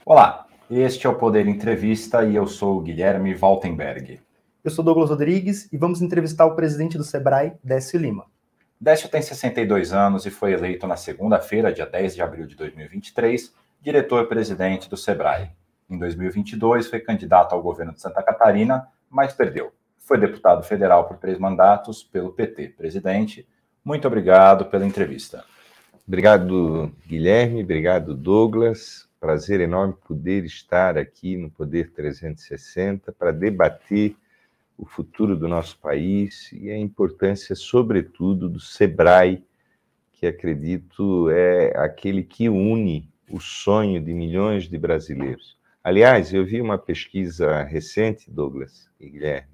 Olá, este é o Poder Entrevista e eu sou o Guilherme Waltenberg. Eu sou Douglas Rodrigues e vamos entrevistar o presidente do Sebrae, Décio Lima. Décio tem 62 anos e foi eleito na segunda-feira, dia 10 de abril de 2023, diretor-presidente do Sebrae. Em 2022 foi candidato ao governo de Santa Catarina, mas perdeu. Foi deputado federal por 3 mandatos pelo PT. Presidente, muito obrigado pela entrevista. Obrigado, Guilherme. Obrigado, Douglas. Prazer enorme poder estar aqui no Poder 360 para debater o futuro do nosso país e a importância, sobretudo, do Sebrae, que acredito é aquele que une o sonho de milhões de brasileiros. Aliás, eu vi uma pesquisa recente, Douglas e Guilherme,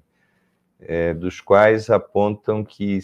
dos quais apontam que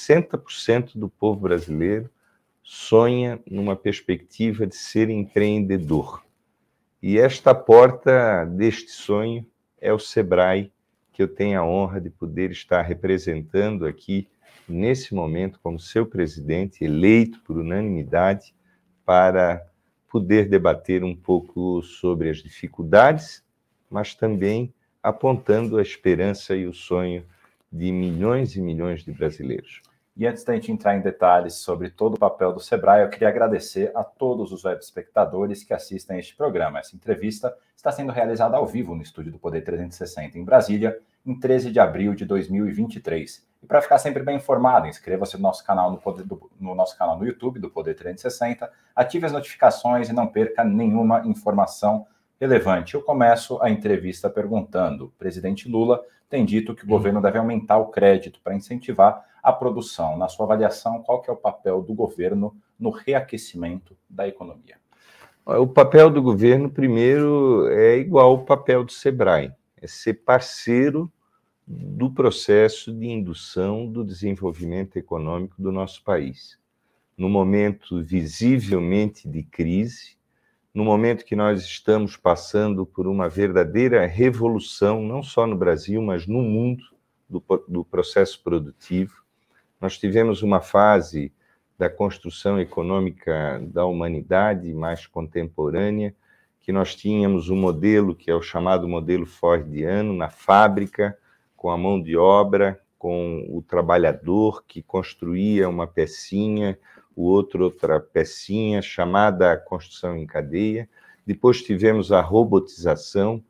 60% do povo brasileiro sonha numa perspectiva de ser empreendedor. E esta porta deste sonho é o Sebrae, que eu tenho a honra de poder estar representando aqui, nesse momento, como seu presidente, eleito por unanimidade, para poder debater um pouco sobre as dificuldades, mas também apontando a esperança e o sonho de milhões e milhões de brasileiros. E antes da gente entrar em detalhes sobre todo o papel do Sebrae, eu queria agradecer a todos os web espectadores que assistem a este programa. Essa entrevista está sendo realizada ao vivo no estúdio do Poder 360 em Brasília, em 13 de abril de 2023. E para ficar sempre bem informado, inscreva-se no nosso canal no nosso canal no YouTube do Poder 360, ative as notificações e não perca nenhuma informação relevante. Eu começo a entrevista perguntando: o presidente Lula tem dito que o governo deve aumentar o crédito para incentivar a produção. Na sua avaliação, qual que é o papel do governo no reaquecimento da economia? O papel do governo, primeiro, é igual ao papel do Sebrae, é ser parceiro do processo de indução do desenvolvimento econômico do nosso país. No momento visivelmente de crise, no momento que nós estamos passando por uma verdadeira revolução, não só no Brasil, mas no mundo, do processo produtivo. Nós tivemos uma fase da construção econômica da humanidade mais contemporânea, que nós tínhamos um modelo que é o chamado modelo fordiano, na fábrica, com a mão de obra, com o trabalhador que construía uma pecinha, outra pecinha, chamada construção em cadeia. Depois tivemos a robotização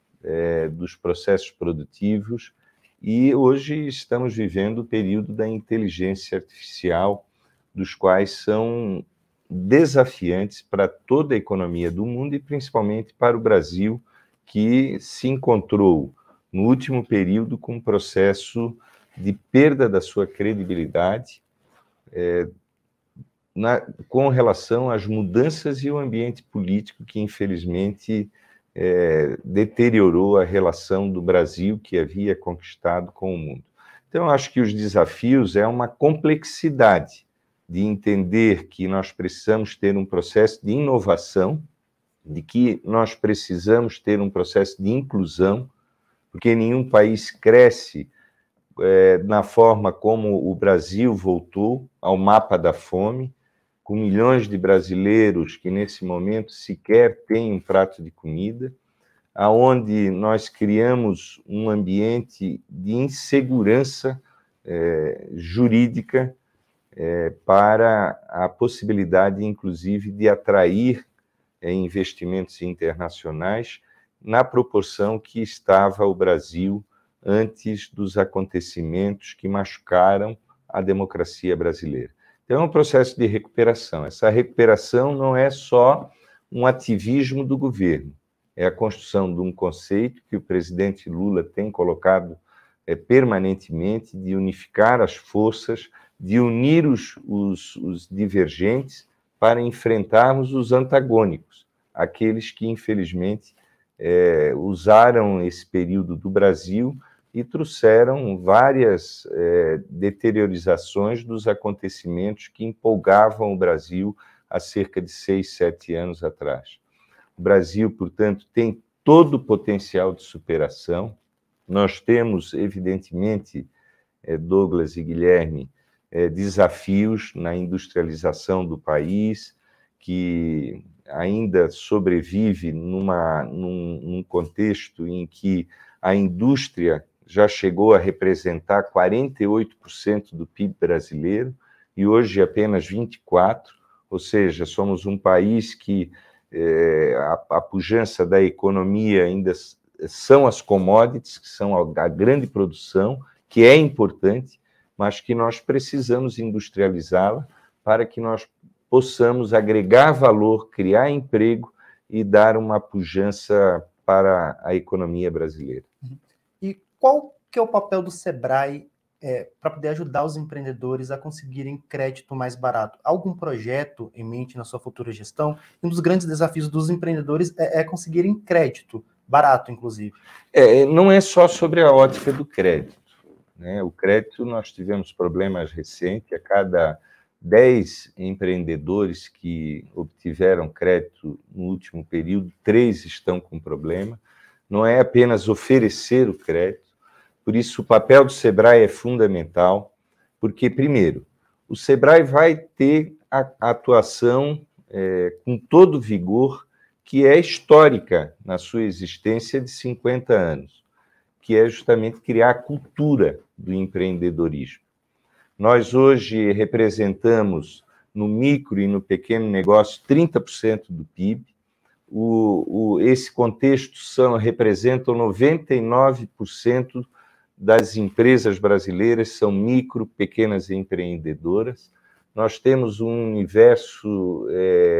dos processos produtivos e hoje estamos vivendo o período da inteligência artificial, dos quais são desafiantes para toda a economia do mundo e principalmente para o Brasil, que se encontrou no último período com um processo de perda da sua credibilidade com relação às mudanças e o ambiente político que, infelizmente, deteriorou a relação do Brasil que havia conquistado com o mundo. Então, acho que os desafios é uma complexidade de entender que nós precisamos ter um processo de inovação, de que nós precisamos ter um processo de inclusão, porque nenhum país cresce na forma como o Brasil voltou ao mapa da fome, com milhões de brasileiros que, nesse momento, sequer têm um prato de comida, aonde nós criamos um ambiente de insegurança jurídica para a possibilidade, inclusive, de atrair investimentos internacionais na proporção que estava o Brasil antes dos acontecimentos que machucaram a democracia brasileira. Então, é um processo de recuperação. Essa recuperação não é só um ativismo do governo, é a construção de um conceito que o presidente Lula tem colocado permanentemente, de unificar as forças, de unir os divergentes para enfrentarmos os antagônicos, aqueles que, infelizmente, usaram esse período do Brasil e trouxeram várias deteriorizações dos acontecimentos que empolgavam o Brasil há cerca de 6, 7 anos atrás. O Brasil, portanto, tem todo o potencial de superação. Nós temos, evidentemente, Douglas e Guilherme, desafios na industrialização do país, que ainda sobrevive num contexto em que a indústria já chegou a representar 48% do PIB brasileiro e hoje apenas 24%, ou seja, somos um país que a pujança da economia ainda são as commodities, que são a grande produção, que é importante, mas que nós precisamos industrializá-la para que nós possamos agregar valor, criar emprego e dar uma pujança para a economia brasileira. E qual que é o papel do Sebrae para poder ajudar os empreendedores a conseguirem crédito mais barato? Algum projeto em mente na sua futura gestão? Um dos grandes desafios dos empreendedores é conseguirem crédito, barato, inclusive. Não é só sobre a ótica do crédito, né? O crédito, nós tivemos problemas recentes, a cada 10 empreendedores que obtiveram crédito no último período, 3 estão com problema. Não é apenas oferecer o crédito, por isso o papel do Sebrae é fundamental, porque, primeiro, o Sebrae vai ter a atuação com todo vigor, que é histórica na sua existência de 50 anos, que é justamente criar a cultura do empreendedorismo. Nós hoje representamos no micro e no pequeno negócio 30% do PIB. Esse contexto representam 99% das empresas brasileiras, são micro, pequenas empreendedoras. Nós temos um universo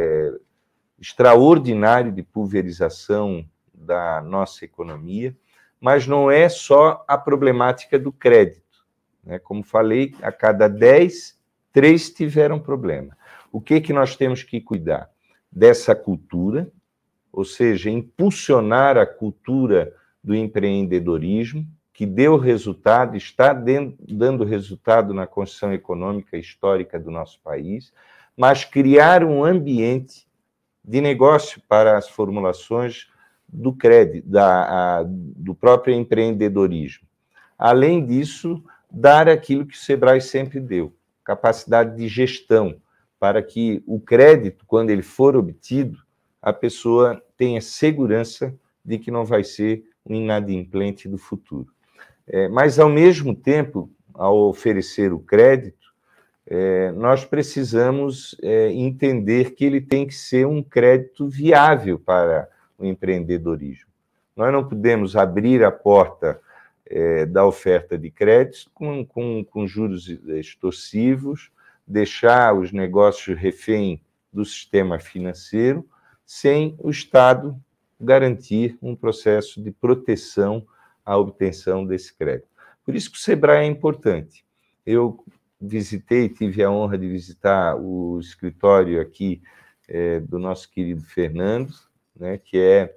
extraordinário de pulverização da nossa economia, mas não é só a problemática do crédito. Como falei, a cada 10, 3 tiveram problema. O que nós temos que cuidar? Dessa cultura, ou seja, impulsionar a cultura do empreendedorismo, que deu resultado, está dando resultado na construção econômica histórica do nosso país, mas criar um ambiente de negócio para as formulações do crédito, do próprio empreendedorismo. Além disso, dar aquilo que o Sebrae sempre deu, capacidade de gestão, para que o crédito, quando ele for obtido, a pessoa tenha segurança de que não vai ser um inadimplente do futuro. Mas, ao mesmo tempo, ao oferecer o crédito, nós precisamos entender que ele tem que ser um crédito viável para o empreendedorismo. Nós não podemos abrir a porta da oferta de créditos com juros extorsivos, deixar os negócios refém do sistema financeiro, sem o Estado garantir um processo de proteção à obtenção desse crédito. Por isso que o Sebrae é importante. Eu tive a honra de visitar o escritório aqui do nosso querido Fernando, né, que é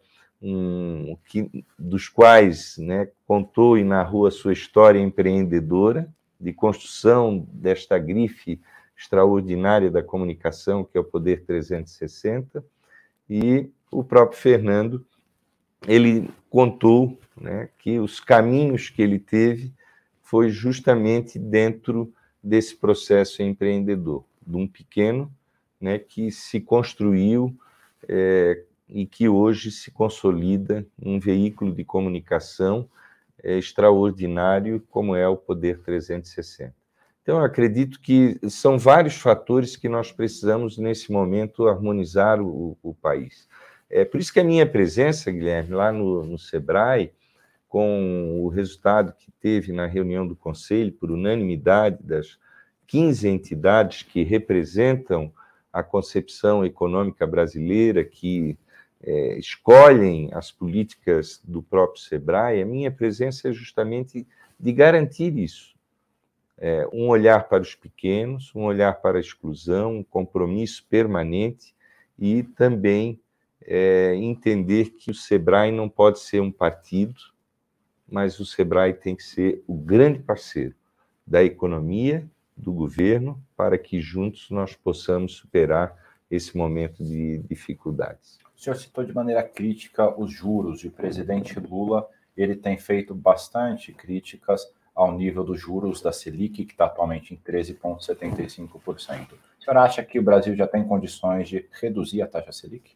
dos quais, né, contou e narrou a sua história empreendedora de construção desta grife extraordinária da comunicação, que é o Poder 360, e o próprio Fernando, ele contou, né, que os caminhos que ele teve foi justamente dentro desse processo empreendedor, de um pequeno, né, que se construiu e que hoje se consolida um veículo de comunicação extraordinário, como é o Poder 360. Então, eu acredito que são vários fatores que nós precisamos, nesse momento, harmonizar o país. Por isso que a minha presença, Guilherme, lá no Sebrae, com o resultado que teve na reunião do Conselho, por unanimidade das 15 entidades que representam a concepção econômica brasileira, que escolhem as políticas do próprio Sebrae, a minha presença é justamente de garantir isso. Um olhar para os pequenos, um olhar para a exclusão, um compromisso permanente e também entender que o Sebrae não pode ser um partido, mas o Sebrae tem que ser o grande parceiro da economia, do governo, para que juntos nós possamos superar esse momento de dificuldades. O senhor citou de maneira crítica os juros, e o presidente Lula ele tem feito bastante críticas ao nível dos juros da Selic, que está atualmente em 13,75%. O senhor acha que o Brasil já tem condições de reduzir a taxa Selic?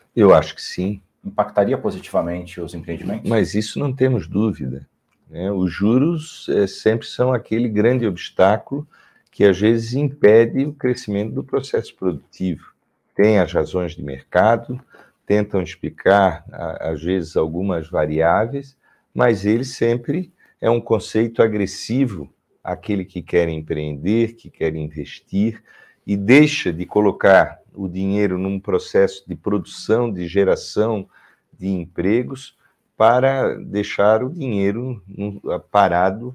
Eu acho que sim. Impactaria positivamente os empreendimentos? Mas isso não temos dúvida, né? Os juros sempre são aquele grande obstáculo que às vezes impede o crescimento do processo produtivo. Tem as razões de mercado, tentam explicar, às vezes, algumas variáveis, mas ele sempre é um conceito agressivo àquele que quer empreender, que quer investir, e deixa de colocar o dinheiro num processo de produção, de geração de empregos, para deixar o dinheiro parado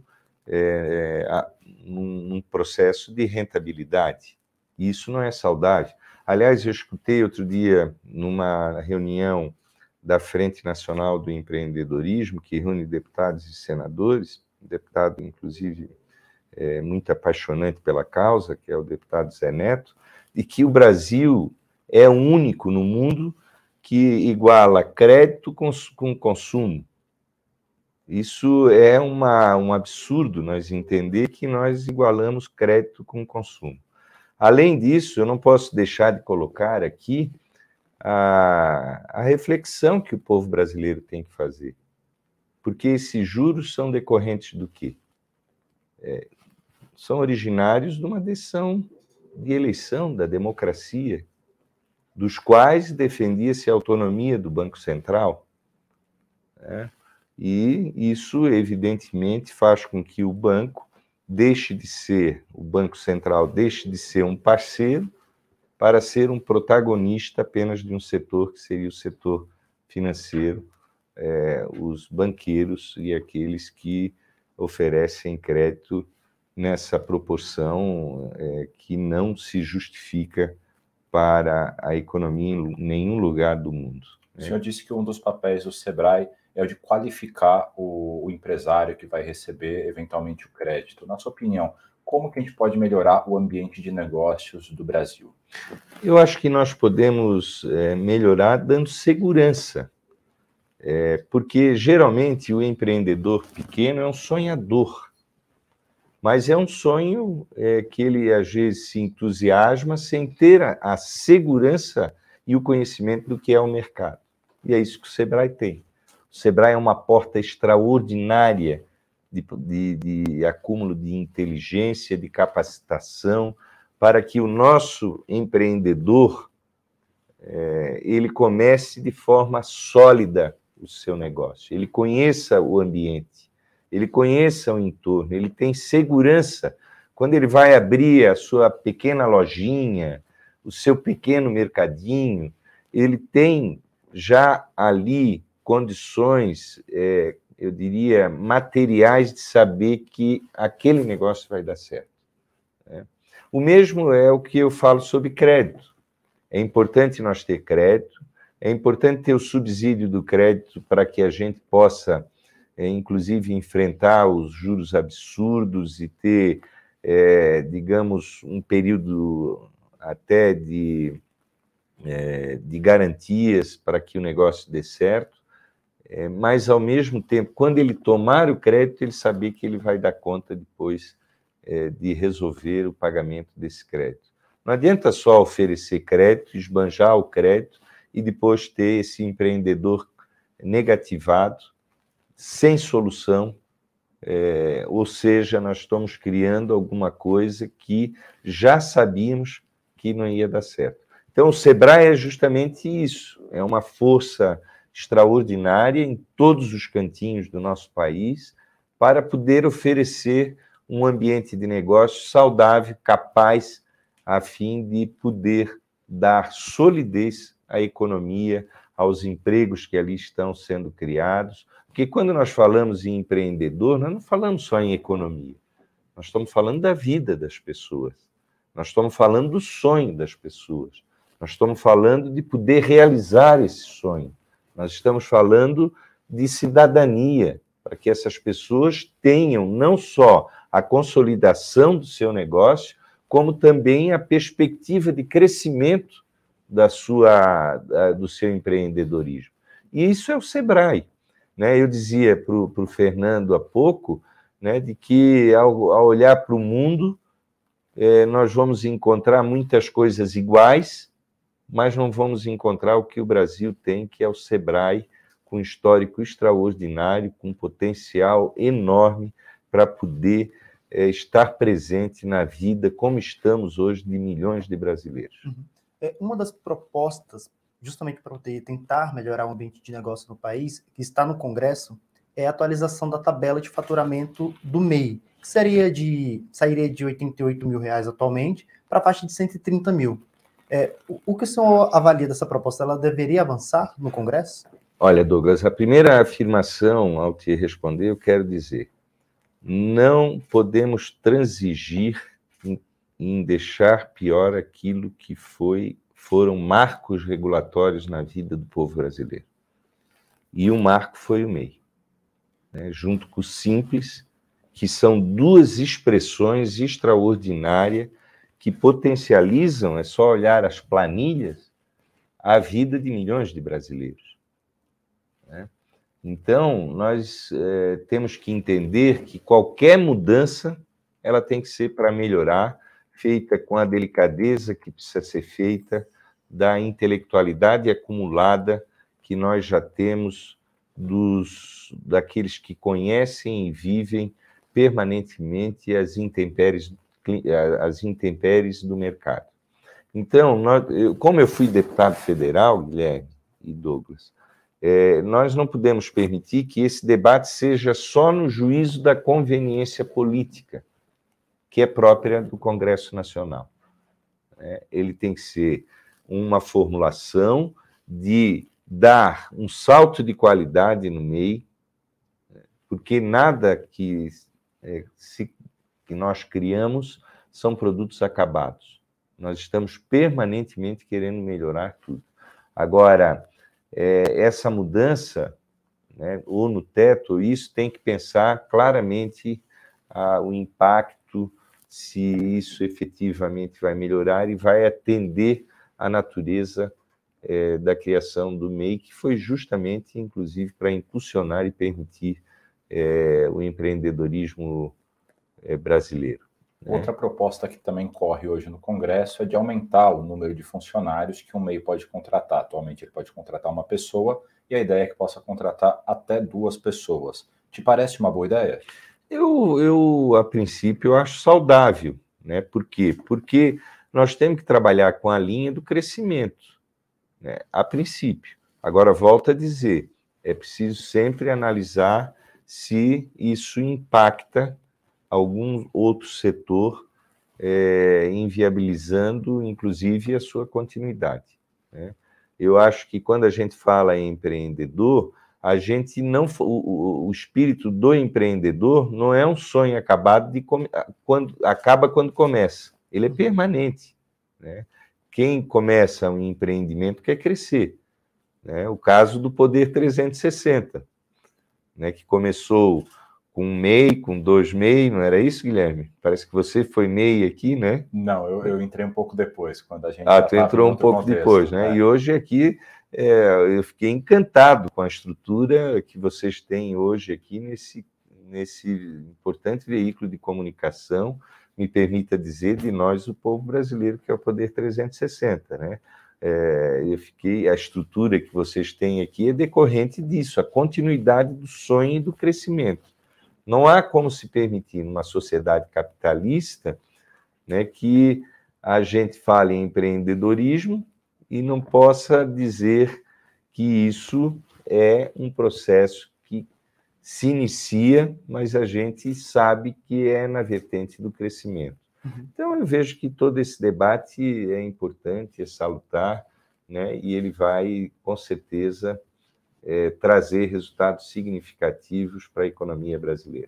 num processo de rentabilidade. Isso não é saudável. Aliás, eu escutei outro dia, numa reunião da Frente Nacional do Empreendedorismo, que reúne deputados e senadores, um deputado, inclusive, muito apaixonante pela causa, que é o deputado Zé Neto, e que o Brasil é o único no mundo que iguala crédito com consumo. Isso é um absurdo, nós entender que nós igualamos crédito com consumo. Além disso, eu não posso deixar de colocar aqui a reflexão que o povo brasileiro tem que fazer. Porque esses juros são decorrentes do quê? São originários de uma decisão de eleição da democracia, dos quais defendia-se a autonomia do Banco Central, né? E isso, evidentemente, faz com que o Banco Central deixe de ser um parceiro para ser um protagonista apenas de um setor que seria o setor financeiro, os banqueiros e aqueles que oferecem crédito nessa proporção que não se justifica para a economia em nenhum lugar do mundo. O senhor disse que um dos papéis do Sebrae é o de qualificar o empresário que vai receber, eventualmente, o crédito. Na sua opinião, como que a gente pode melhorar o ambiente de negócios do Brasil? Eu acho que nós podemos melhorar dando segurança, porque, geralmente, o empreendedor pequeno é um sonhador, mas é um sonho que ele, às vezes, se entusiasma sem ter a segurança e o conhecimento do que é o mercado. E é isso que o Sebrae tem. O Sebrae é uma porta extraordinária de acúmulo de inteligência, de capacitação, para que o nosso empreendedor ele comece de forma sólida o seu negócio, ele conheça o ambiente, ele conheça o entorno, ele tem segurança. Quando ele vai abrir a sua pequena lojinha, o seu pequeno mercadinho, ele tem já ali condições, eu diria, materiais de saber que aquele negócio vai dar certo. O mesmo é o que eu falo sobre crédito. É importante nós ter crédito, é importante ter o subsídio do crédito para que a gente possa, inclusive, enfrentar os juros absurdos e ter, digamos, um período até de garantias para que o negócio dê certo, mas, ao mesmo tempo, quando ele tomar o crédito, ele saber que ele vai dar conta depois de resolver o pagamento desse crédito. Não adianta só oferecer crédito, esbanjar o crédito e depois ter esse empreendedor negativado, sem solução, ou seja, nós estamos criando alguma coisa que já sabíamos que não ia dar certo. Então, o Sebrae é justamente isso, é uma força extraordinária em todos os cantinhos do nosso país para poder oferecer um ambiente de negócio saudável, capaz, a fim de poder dar solidez à economia, aos empregos que ali estão sendo criados. Porque quando nós falamos em empreendedor, nós não falamos só em economia, nós estamos falando da vida das pessoas, nós estamos falando do sonho das pessoas, nós estamos falando de poder realizar esse sonho, nós estamos falando de cidadania, para que essas pessoas tenham não só a consolidação do seu negócio, como também a perspectiva de crescimento do seu empreendedorismo. E isso é o Sebrae, né? Eu dizia para o Fernando há pouco, né, de que, ao olhar para o mundo, nós vamos encontrar muitas coisas iguais, mas não vamos encontrar o que o Brasil tem, que é o SEBRAE, com histórico extraordinário, com potencial enorme para poder estar presente na vida, como estamos hoje, de milhões de brasileiros. Uma das propostas, justamente para poder tentar melhorar o ambiente de negócio no país, que está no Congresso, é a atualização da tabela de faturamento do MEI, que sairia de R$ 88 mil atualmente para a faixa de 130 mil. O que o senhor avalia dessa proposta? Ela deveria avançar no Congresso? Olha, Douglas, a primeira afirmação, ao te responder, eu quero dizer, não podemos transigir em deixar pior aquilo que foram marcos regulatórios na vida do povo brasileiro. E o marco foi o MEI, né, junto com o Simples, que são duas expressões extraordinárias que potencializam, é só olhar as planilhas, a vida de milhões de brasileiros. Né? Então, nós temos que entender que qualquer mudança ela tem que ser para melhorar, feita com a delicadeza que precisa ser feita, da intelectualidade acumulada que nós já temos daqueles que conhecem e vivem permanentemente as intempéries do mercado. Então, como eu fui deputado federal, Guilherme e Douglas, nós não podemos permitir que esse debate seja só no juízo da conveniência política, que é própria do Congresso Nacional. Ele tem que ser uma formulação de dar um salto de qualidade no MEI, porque nada que nós criamos são produtos acabados. Nós estamos permanentemente querendo melhorar tudo. Agora, essa mudança, né, ou no teto, isso tem que pensar claramente o impacto, se isso efetivamente vai melhorar e vai atender à natureza da criação do MEI, que foi justamente, inclusive, para impulsionar e permitir o empreendedorismo brasileiro. Outra proposta que também corre hoje no Congresso é de aumentar o número de funcionários que um MEI pode contratar. Atualmente ele pode contratar uma pessoa e a ideia é que possa contratar até 2 pessoas. Te parece uma boa ideia? Eu a princípio, acho saudável, né? Por quê? Porque nós temos que trabalhar com a linha do crescimento, né? A princípio. Agora, volto a dizer, é preciso sempre analisar se isso impacta algum outro setor, inviabilizando, inclusive, a sua continuidade, né? Eu acho que quando a gente fala em empreendedor, a gente não, o espírito do empreendedor não é um sonho acabado quando começa. Ele é permanente, né? Quem começa um empreendimento quer crescer, né? O caso do Poder 360, né, que começou com 1 MEI, com 2 MEI, não era isso, Guilherme? Parece que você foi MEI aqui, né? Não, eu entrei um pouco depois, quando a gente tu entrou um pouco depois, né? E hoje aqui eu fiquei encantado com a estrutura que vocês têm hoje aqui nesse importante veículo de comunicação, me permita dizer, de nós, o povo brasileiro, que é o Poder 360, né? A estrutura que vocês têm aqui é decorrente disso, a continuidade do sonho e do crescimento. Não há como se permitir, numa sociedade capitalista, né, que a gente fale em empreendedorismo e não possa dizer que isso é um processo que se inicia, mas a gente sabe que é na vertente do crescimento. Então, eu vejo que todo esse debate é importante, é salutar, né, e ele vai, com certeza, trazer resultados significativos para a economia brasileira.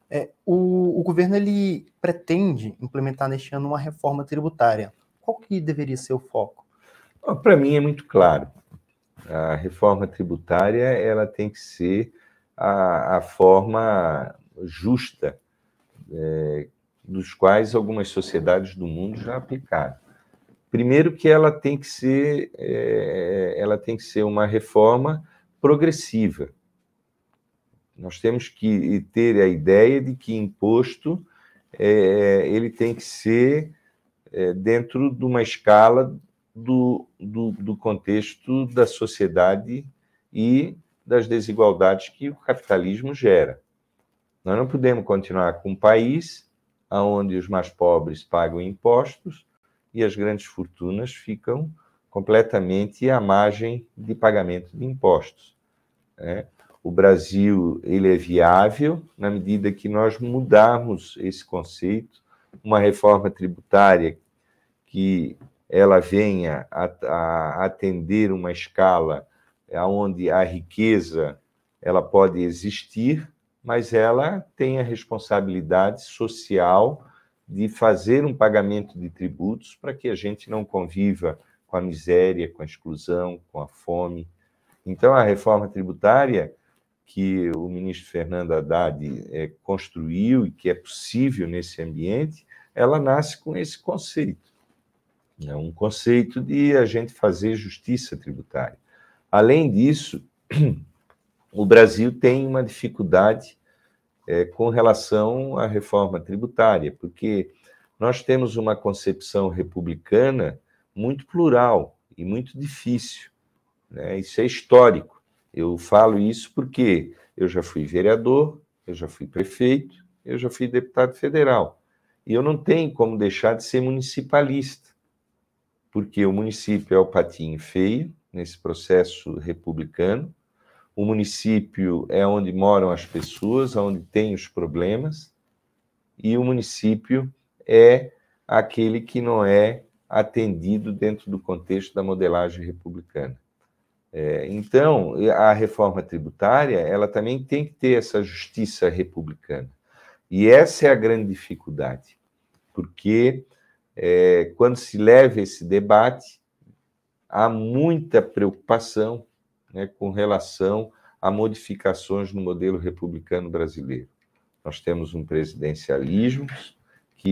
O governo ele pretende implementar neste ano uma reforma tributária. Qual que deveria ser o foco? Para mim é muito claro. A reforma tributária ela tem que ser a forma justa, dos quais algumas sociedades do mundo já aplicaram. Primeiro que ela tem que ser uma reforma progressiva. Nós temos que ter a ideia de que imposto ele tem que ser dentro de uma escala do contexto da sociedade e das desigualdades que o capitalismo gera. Nós não podemos continuar com um país onde os mais pobres pagam impostos e as grandes fortunas ficam completamente à margem de pagamento de impostos, né? O Brasil, ele é viável na medida que nós mudarmos esse conceito, uma reforma tributária que ela venha a atender uma escala onde a riqueza ela pode existir, mas ela tem a responsabilidade social de fazer um pagamento de tributos para que a gente não conviva com a miséria, com a exclusão, com a fome. Então, a reforma tributária que o ministro Fernando Haddad construiu e que é possível nesse ambiente, ela nasce com esse conceito. É um conceito de a gente fazer justiça tributária. Além disso, o Brasil tem uma dificuldade com relação à reforma tributária, porque nós temos uma concepção republicana muito plural e muito difícil, né? Isso é histórico. Eu falo isso porque eu já fui vereador, eu já fui prefeito, eu já fui deputado federal. E eu não tenho como deixar de ser municipalista, porque o município é o patinho feio nesse processo republicano, o município é onde moram as pessoas, onde tem os problemas, e o município é aquele que não é atendido dentro do contexto da modelagem republicana. Então, a reforma tributária, ela também tem que ter essa justiça republicana. E essa é a grande dificuldade, porque quando se leva esse debate, há muita preocupação, né, com relação a modificações no modelo republicano brasileiro. Nós temos um presidencialismo que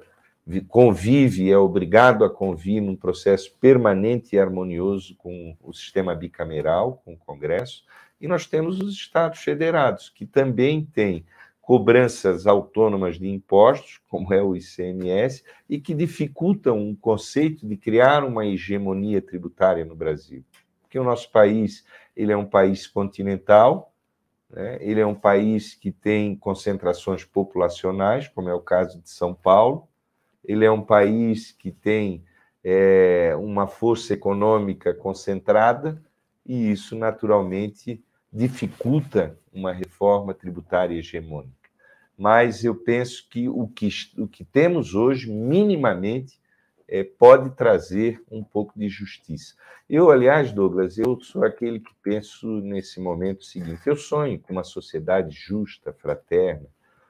convive, é obrigado a conviver num processo permanente e harmonioso com o sistema bicameral, com o Congresso, e nós temos os Estados federados, que também têm cobranças autônomas de impostos, como é o ICMS, e que dificultam o conceito de criar uma hegemonia tributária no Brasil. Porque o nosso país, ele é um país continental, né? Ele é um país que tem concentrações populacionais, como é o caso de São Paulo. Ele é um país que tem uma força econômica concentrada, e isso, naturalmente, dificulta uma reforma tributária hegemônica. Mas eu penso que o que temos hoje, minimamente, pode trazer um pouco de justiça. Eu, aliás, Douglas, eu sou aquele que penso nesse momento o seguinte: eu sonho com uma sociedade justa, fraterna,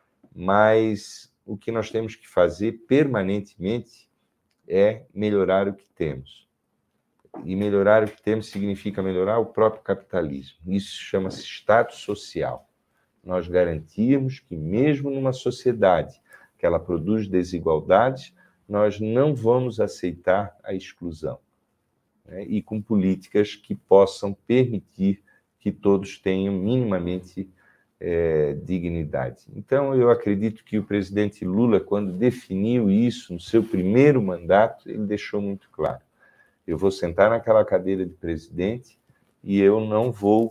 mas o que nós temos que fazer permanentemente é melhorar o que temos. E melhorar o que temos significa melhorar o próprio capitalismo. Isso chama-se Estado social. Nós garantirmos que, mesmo numa sociedade que ela produz desigualdades, nós não vamos aceitar a exclusão, né? E com políticas que possam permitir que todos tenham minimamente dignidade. Então, eu acredito que o presidente Lula, quando definiu isso no seu primeiro mandato, ele deixou muito claro: eu vou sentar naquela cadeira de presidente e eu não vou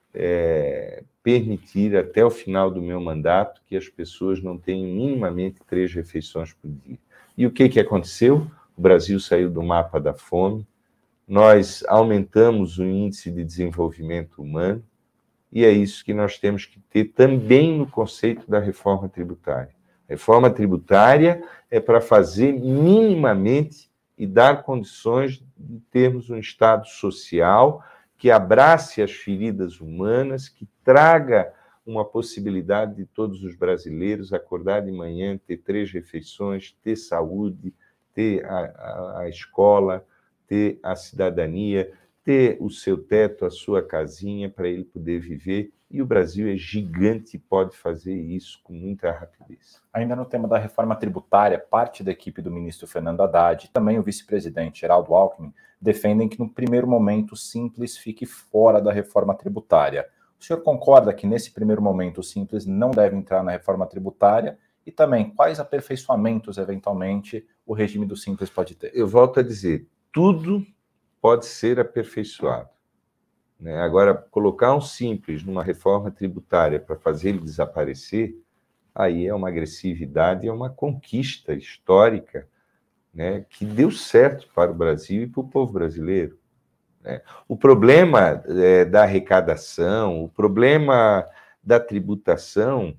permitir até o final do meu mandato que as pessoas não tenham minimamente 3 refeições por dia. E o que aconteceu? O Brasil saiu do mapa da fome, nós aumentamos o índice de desenvolvimento humano, e é isso que nós temos que ter também no conceito da reforma tributária. A reforma tributária é para fazer minimamente e dar condições de termos um Estado social que abrace as feridas humanas, que traga uma possibilidade de todos os brasileiros acordar de manhã, ter 3 refeições, ter saúde, ter a escola, ter a cidadania, ter o seu teto, a sua casinha para ele poder viver. E o Brasil é gigante e pode fazer isso com muita rapidez. Ainda no tema da reforma tributária, parte da equipe do ministro Fernando Haddad e também o vice-presidente Geraldo Alckmin defendem que, no primeiro momento, o Simples fique fora da reforma tributária. O senhor concorda que, nesse primeiro momento, o Simples não deve entrar na reforma tributária? E também, quais aperfeiçoamentos, eventualmente, o regime do Simples pode ter? Eu volto a dizer, tudo pode ser aperfeiçoado, né? Agora, colocar um Simples numa reforma tributária para fazer ele desaparecer, aí é uma agressividade, é uma conquista histórica, né, que deu certo para o Brasil e para o povo brasileiro, né? O problema da arrecadação, o problema da tributação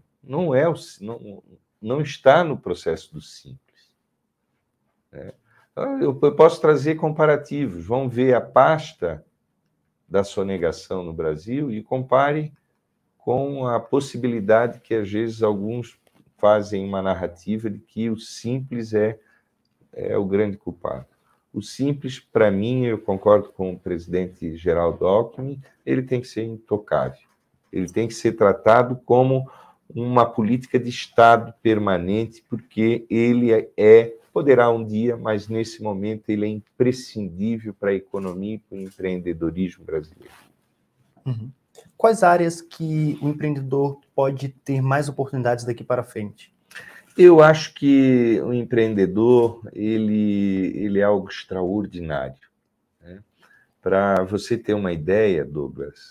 não está no processo do Simples, né? Eu posso trazer comparativos. Vamos ver a pasta da sonegação no Brasil e compare com a possibilidade que, às vezes, alguns fazem uma narrativa de que o Simples é o grande culpado. O Simples, para mim, eu concordo com o presidente Geraldo Alckmin, ele tem que ser intocável. Ele tem que ser tratado como uma política de Estado permanente, porque ele poderá um dia, mas nesse momento ele é imprescindível para a economia e para o empreendedorismo brasileiro. Uhum. Quais áreas que o empreendedor pode ter mais oportunidades daqui para frente? Eu acho que o empreendedor ele é algo extraordinário, né? Para você ter uma ideia, Douglas,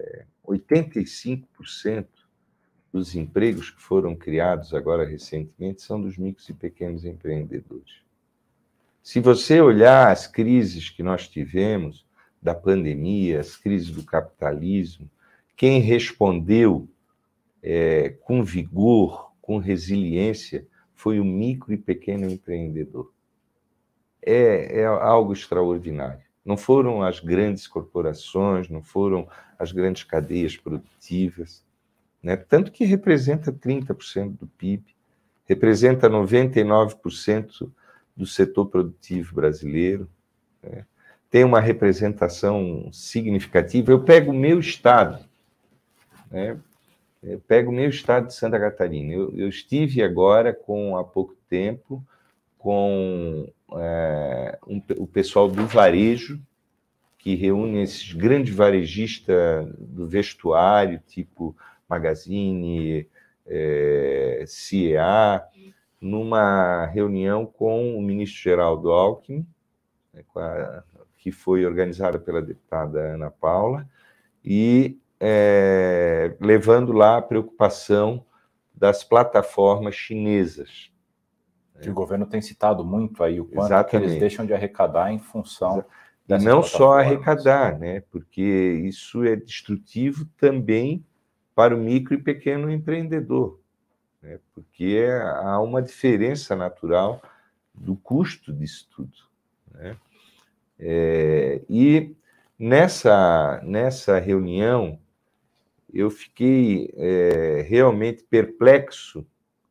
85% dos empregos que foram criados agora recentemente são dos micros e pequenos empreendedores. Se você olhar as crises que nós tivemos, da pandemia, as crises do capitalismo, quem respondeu com vigor, com resiliência, foi o micro e pequeno empreendedor. É algo extraordinário. Não foram as grandes corporações, não foram as grandes cadeias produtivas, né? Tanto que representa 30% do PIB, representa 99% do setor produtivo brasileiro, né? Tem uma representação significativa. Eu pego o meu estado, né? Eu pego o meu estado de Santa Catarina. Eu estive agora, há pouco tempo, com o pessoal do varejo, que reúne esses grandes varejistas do vestuário, tipo Magazine, CEA, numa reunião com o ministro Geraldo Alckmin, né, que foi organizada pela deputada Ana Paula, e levando lá a preocupação das plataformas chinesas. Que o governo tem citado muito aí, o quanto que eles deixam de arrecadar em função e não só arrecadar, né? Porque isso é destrutivo também para o micro e pequeno empreendedor, né? Porque há uma diferença natural do custo disso tudo, né? E nessa reunião eu fiquei realmente perplexo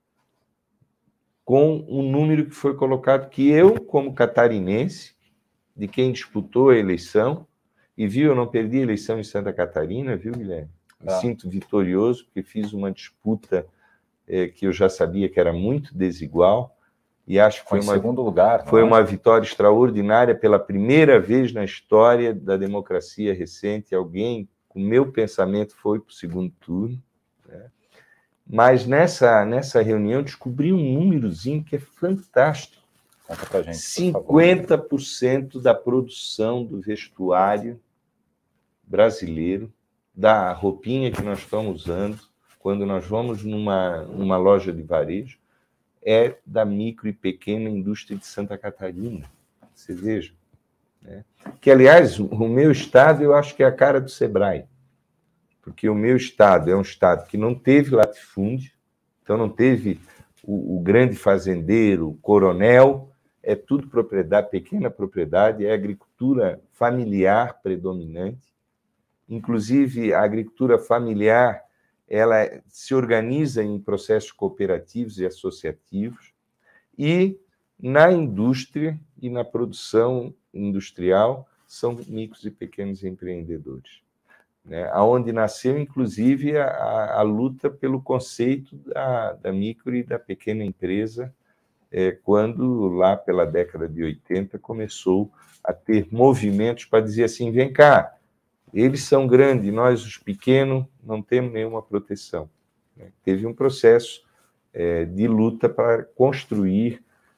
com o número que foi colocado, que eu, como catarinense, de quem disputou a eleição, e viu, eu não perdi a eleição em Santa Catarina, viu, Guilherme? Me sinto vitorioso, porque fiz uma disputa que eu já sabia que era muito desigual, e acho que foi segundo lugar, foi uma vitória extraordinária. Pela primeira vez na história da democracia recente, alguém com meu pensamento foi para o segundo turno, né? Mas nessa reunião descobri um númerozinho que é fantástico. Conta pra gente, 50% da produção do vestuário brasileiro, da roupinha que nós estamos usando, quando nós vamos numa loja de varejo, é da micro e pequena indústria de Santa Catarina. Você veja, né? Que, aliás, o meu estado, eu acho que é a cara do Sebrae, porque o meu estado é um estado que não teve latifúndio, então não teve o grande fazendeiro, o coronel, é tudo propriedade, pequena propriedade, é agricultura familiar predominante. Inclusive, a agricultura familiar, ela se organiza em processos cooperativos e associativos, e na indústria e na produção industrial são micros e pequenos empreendedores, né? Onde nasceu, inclusive, a luta pelo conceito da micro e da pequena empresa, quando, lá pela década de 80, começou a ter movimentos para dizer assim, vem cá, eles são grandes, nós, os pequenos, não temos nenhuma proteção, né? Teve um processo de luta para construir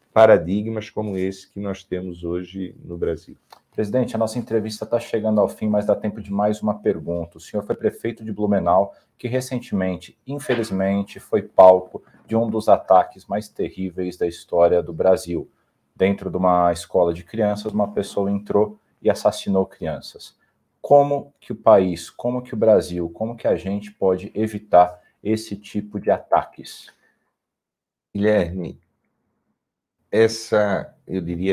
paradigmas como esse que nós temos hoje no Brasil. Presidente, a nossa entrevista está chegando ao fim, mas dá tempo de mais uma pergunta. O senhor foi prefeito de Blumenau, que recentemente, infelizmente, foi palco de um dos ataques mais terríveis da história do Brasil. Dentro de uma escola de crianças, uma pessoa entrou e assassinou crianças. Como que o país, como que o Brasil, como que a gente pode evitar esse tipo de ataques? Guilherme, essa, eu diria,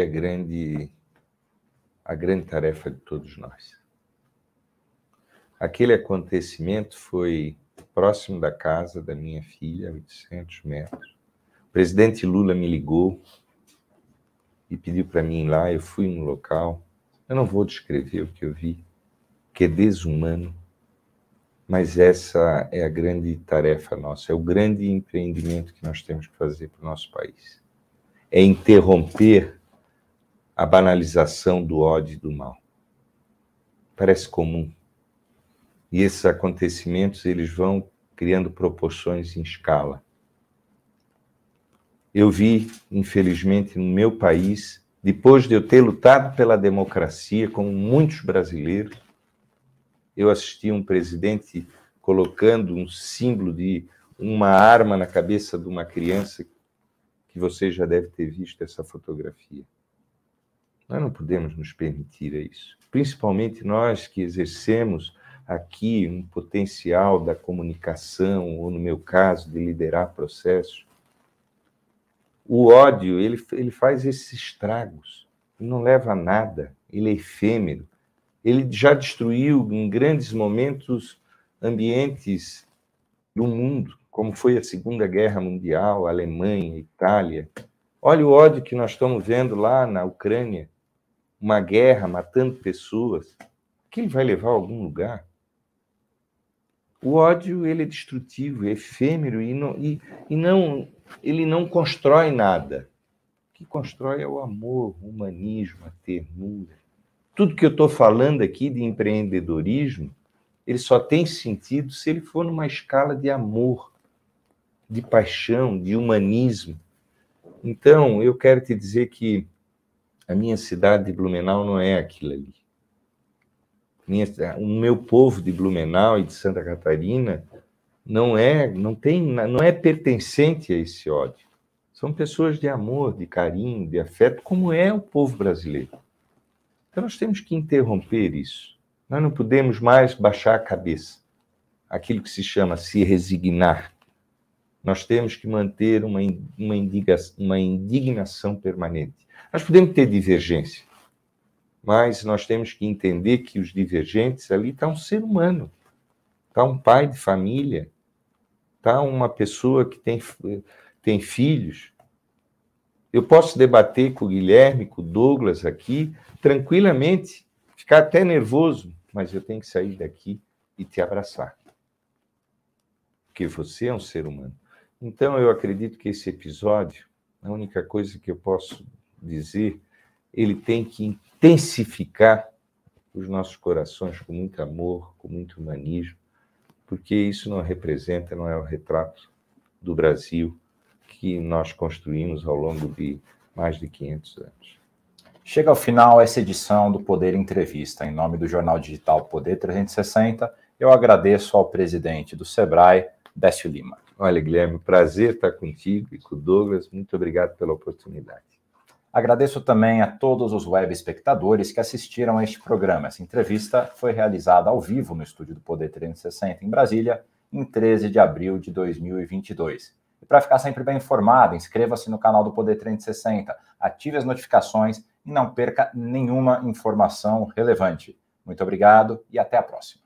a grande tarefa de todos nós. Aquele acontecimento foi próximo da casa da minha filha, a 800 metros. O presidente Lula me ligou e pediu para mim ir lá, eu fui no local. Eu não vou descrever o que eu vi, que é desumano, mas essa é a grande tarefa nossa, é o grande empreendimento que nós temos que fazer para o nosso país. É interromper a banalização do ódio e do mal. Parece comum. E esses acontecimentos, eles vão criando proporções em escala. Eu vi, infelizmente, no meu país, depois de eu ter lutado pela democracia, como muitos brasileiros, eu assisti um presidente colocando um símbolo de uma arma na cabeça de uma criança, que você já deve ter visto essa fotografia. Nós não podemos nos permitir isso. Principalmente nós que exercemos aqui um potencial da comunicação, ou no meu caso, de liderar processos. O ódio, ele faz esses estragos, ele não leva a nada, ele é efêmero. Ele já destruiu, em grandes momentos, ambientes do mundo, como foi a Segunda Guerra Mundial, a Alemanha, a Itália. Olha o ódio que nós estamos vendo lá na Ucrânia, uma guerra matando pessoas. Que ele vai levar a algum lugar? O ódio, ele é destrutivo, é efêmero e ele não constrói nada. O que constrói é o amor, o humanismo, a ternura. Tudo que eu estou falando aqui de empreendedorismo, ele só tem sentido se ele for numa escala de amor, de paixão, de humanismo. Então, eu quero te dizer que a minha cidade de Blumenau não é aquilo ali. O meu povo de Blumenau e de Santa Catarina não é pertencente a esse ódio. São pessoas de amor, de carinho, de afeto, como é o povo brasileiro. Então nós temos que interromper isso. Nós não podemos mais baixar a cabeça. Aquilo que se chama se resignar. Nós temos que manter uma indignação permanente. Nós podemos ter divergência, mas nós temos que entender que os divergentes ali está um ser humano, está um pai de família, está uma pessoa que tem filhos. Eu posso debater com o Guilherme, com o Douglas aqui, tranquilamente, ficar até nervoso, mas eu tenho que sair daqui e te abraçar. Porque você é um ser humano. Então, eu acredito que esse episódio, a única coisa que eu posso dizer, ele tem que intensificar os nossos corações com muito amor, com muito humanismo, porque isso não é o retrato do Brasil que nós construímos ao longo de mais de 500 anos. Chega ao final essa edição do Poder Entrevista. Em nome do jornal digital Poder 360, eu agradeço ao presidente do Sebrae, Décio Lima. Olha, Guilherme, prazer estar contigo e com o Douglas. Muito obrigado pela oportunidade. Agradeço também a todos os web espectadores que assistiram a este programa. Essa entrevista foi realizada ao vivo no estúdio do Poder 360 em Brasília, em 13 de abril de 2022. E para ficar sempre bem informado, inscreva-se no canal do Poder 360, ative as notificações e não perca nenhuma informação relevante. Muito obrigado e até a próxima.